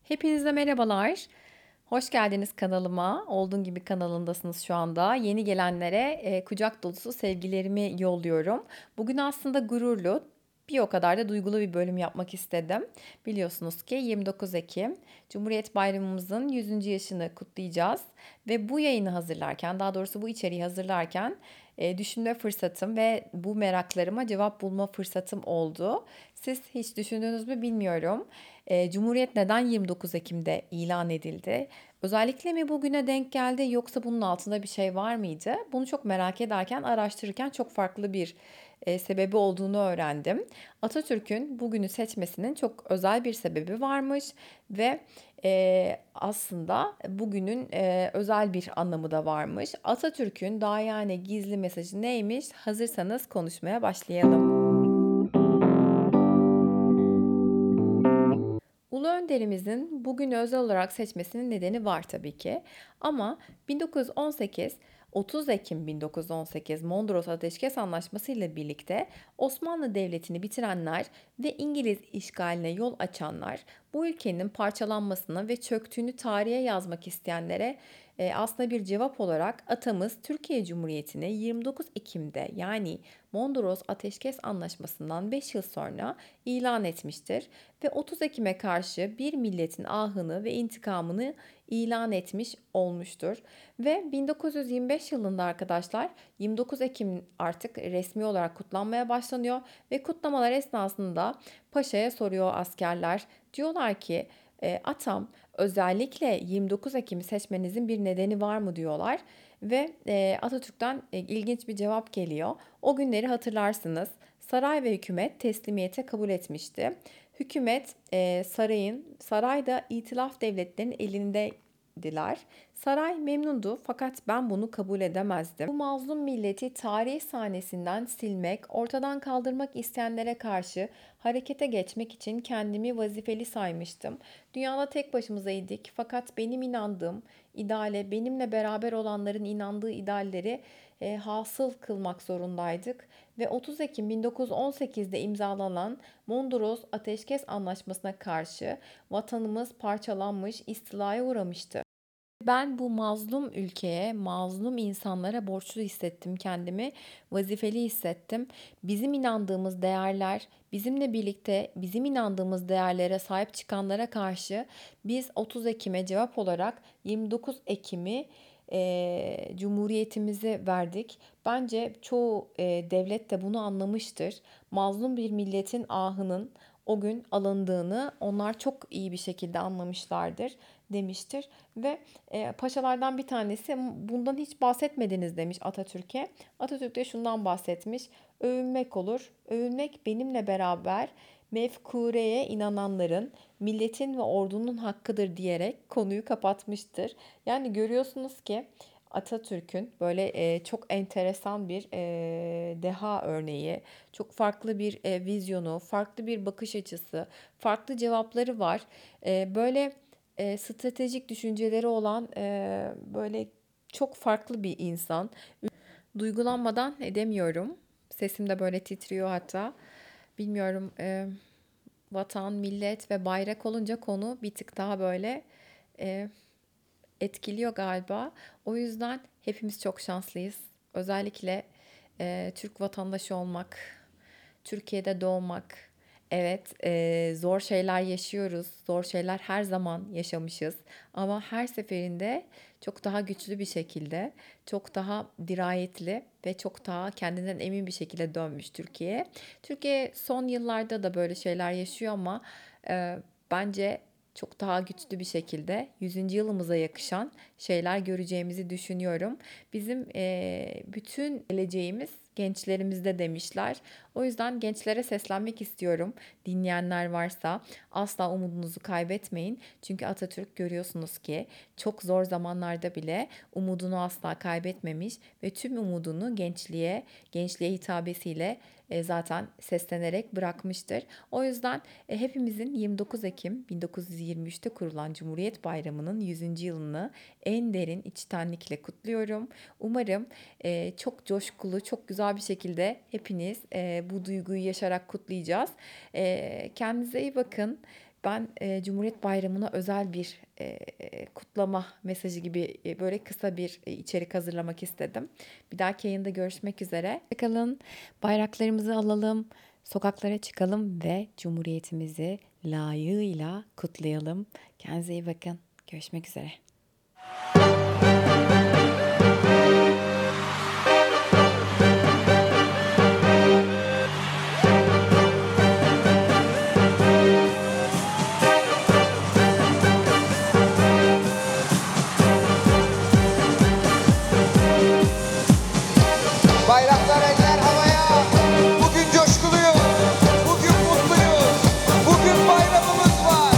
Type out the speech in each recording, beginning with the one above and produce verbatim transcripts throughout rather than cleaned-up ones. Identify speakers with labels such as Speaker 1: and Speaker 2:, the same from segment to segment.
Speaker 1: Hepinize merhabalar. Hoş geldiniz kanalıma. Olduğun gibi kanalındasınız şu anda. Yeni gelenlere e, kucak dolusu sevgilerimi yolluyorum. Bugün aslında gururlu, bir o kadar da duygulu bir bölüm yapmak istedim. Biliyorsunuz ki yirmi dokuz Ekim Cumhuriyet Bayramımızın yüzüncü yaşını kutlayacağız. Ve bu yayını hazırlarken, daha doğrusu bu içeriği hazırlarken e, düşünme fırsatım ve bu meraklarıma cevap bulma fırsatım oldu. Siz hiç düşündünüz mü bilmiyorum. E, Cumhuriyet neden yirmi dokuz Ekim'de ilan edildi? Özellikle mi bugüne denk geldi yoksa bunun altında bir şey var mıydı? Bunu çok merak ederken, araştırırken çok farklı bir e, sebebi olduğunu öğrendim. Atatürk'ün bugünü seçmesinin çok özel bir sebebi varmış ve e, aslında bugünün e, özel bir anlamı da varmış. Atatürk'ün daha yani gizli mesajı neymiş? Hazırsanız konuşmaya başlayalım. Ulu önderimizin bugünü özel olarak seçmesinin nedeni var tabii ki. Ama bin dokuz yüz on sekiz otuz Ekim bin dokuz yüz on sekiz Mondros Ateşkes Anlaşması ile birlikte Osmanlı Devleti'ni bitirenler ve İngiliz işgaline yol açanlar bu ülkenin parçalanmasını ve çöktüğünü tarihe yazmak isteyenlere e, aslında bir cevap olarak atamız Türkiye Cumhuriyeti'ni yirmi dokuz Ekim'de yani Mondros Ateşkes Anlaşması'ndan beş yıl sonra ilan etmiştir ve otuz Ekim'e karşı bir milletin ahını ve intikamını ilan etmiş olmuştur. Ve bin dokuz yüz yirmi beş yılında arkadaşlar yirmi dokuz Ekim artık resmi olarak kutlanmaya başlanıyor ve kutlamalar esnasında paşaya soruyor askerler. Diyorlar ki e, atam özellikle yirmi dokuz Ekim'i seçmenizin bir nedeni var mı diyorlar. Ve e, Atatürk'ten e, ilginç bir cevap geliyor. O günleri hatırlarsınız. Saray ve hükümet teslimiyete kabul etmişti. Hükümet e, sarayın, sarayda itilaf devletlerinin elindeydiler. Saray memnundu fakat ben bunu kabul edemezdim. Bu mazlum milleti tarih sahnesinden silmek, ortadan kaldırmak isteyenlere karşı harekete geçmek için kendimi vazifeli saymıştım. Dünyada tek başımızaydık fakat benim inandığım ideale, benimle beraber olanların inandığı idealleri e, hasıl kılmak zorundaydık ve otuz Ekim bin dokuz yüz on sekizde imzalanan Mondros Ateşkes Anlaşması'na karşı vatanımız parçalanmış, istilaya uğramıştı. Ben bu mazlum ülkeye, mazlum insanlara borçlu hissettim kendimi, vazifeli hissettim. Bizim inandığımız değerler, bizimle birlikte bizim inandığımız değerlere sahip çıkanlara karşı biz otuz Ekim'e cevap olarak yirmi dokuz Ekim'i eee, Cumhuriyetimizi verdik. Bence çoğu eee, devlet de bunu anlamıştır. Mazlum bir milletin ahının o gün alındığını onlar çok iyi bir şekilde anlamışlardır demiştir ve e, paşalardan bir tanesi bundan hiç bahsetmediniz demiş Atatürk'e. Atatürk de şundan bahsetmiş. Övünmek olur. Övünmek benimle beraber mefkureye inananların, milletin ve ordunun hakkıdır diyerek konuyu kapatmıştır. Yani görüyorsunuz ki Atatürk'ün böyle e, çok enteresan bir e, deha örneği, çok farklı bir e, vizyonu, farklı bir bakış açısı, farklı cevapları var. E, böyle e, stratejik düşünceleri olan e, böyle çok farklı bir insan. Duygulanmadan edemiyorum. Sesim de böyle titriyor hatta. Bilmiyorum e, vatan, millet ve bayrak olunca konu bir tık daha böyle e, etkiliyor galiba. O yüzden hepimiz çok şanslıyız. Özellikle e, Türk vatandaşı olmak, Türkiye'de doğmak. Evet, e, zor şeyler yaşıyoruz. Zor şeyler her zaman yaşamışız. Ama her seferinde çok daha güçlü bir şekilde, çok daha dirayetli ve çok daha kendinden emin bir şekilde dönmüş Türkiye. Türkiye son yıllarda da böyle şeyler yaşıyor ama e, bence çok daha güçlü bir şekilde yüzüncü yılımıza yakışan şeyler göreceğimizi düşünüyorum. Bizim eee, bütün geleceğimiz gençlerimizde demişler. O yüzden gençlere seslenmek istiyorum. Dinleyenler varsa asla umudunuzu kaybetmeyin. Çünkü Atatürk görüyorsunuz ki çok zor zamanlarda bile umudunu asla kaybetmemiş ve tüm umudunu gençliğe, gençliğe hitabesiyle e, zaten seslenerek bırakmıştır. O yüzden e, hepimizin yirmi dokuz Ekim bin dokuz yüz yirmi üçte kurulan Cumhuriyet Bayramı'nın yüzüncü yılını en derin içtenlikle kutluyorum. Umarım e, çok coşkulu, çok güzel bir şekilde hepiniz e, bu duyguyu yaşarak kutlayacağız. E, kendinize iyi bakın. ben, eee, Cumhuriyet Bayramı'na özel bir, eee, kutlama mesajı gibi, eee, böyle kısa bir, eee, içerik hazırlamak istedim. Bir dahaki yayında görüşmek üzere. Hoşça kalın, bayraklarımızı alalım, sokaklara çıkalım ve Cumhuriyetimizi layığıyla kutlayalım. Kendinize iyi bakın. Görüşmek üzere.
Speaker 2: Bayraklar eller havaya. Bugün coşkuluyuz. Bugün mutluyuz. Bugün bayramımız var.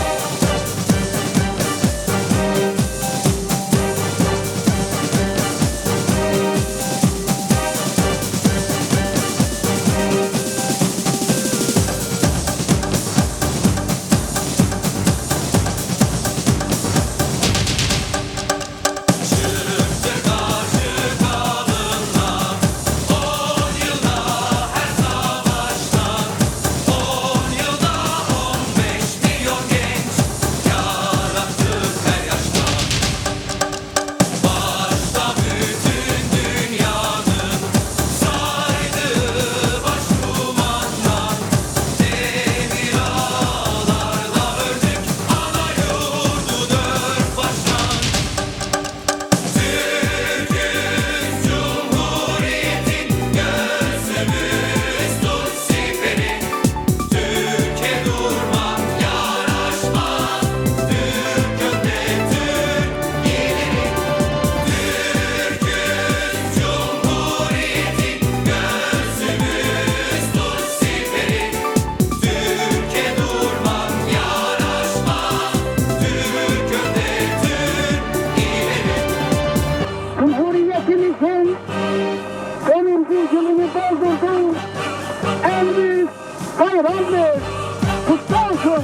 Speaker 3: Cumhuriyetimizin sevinci yılını doldurdu. En büyük bayramdır. Kutlu olsun.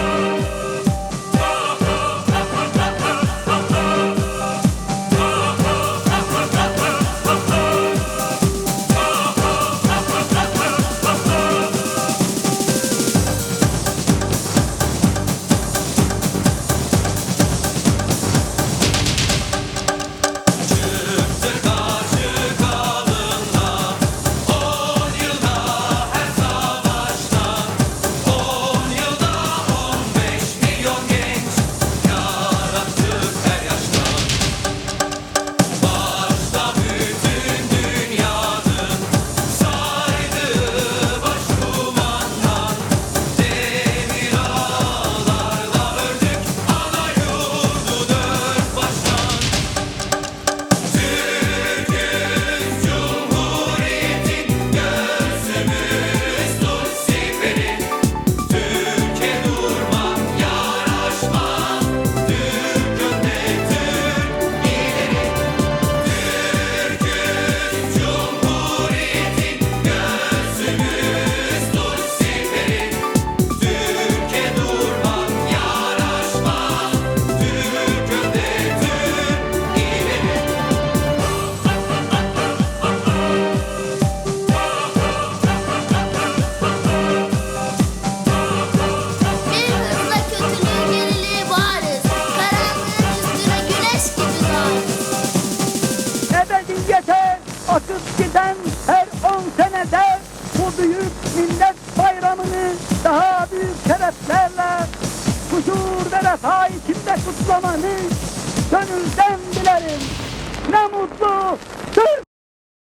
Speaker 4: Bir hızla kötülüğü geriliği bağırız. Karanlığın üstüne güneş gibi doğarız.
Speaker 3: Ebediyete akıp giden her on senede bu büyük millet bayramını daha büyük şereflerle huzur ve refah içinde kutlamanı gönülden dilerim. Ne mutlu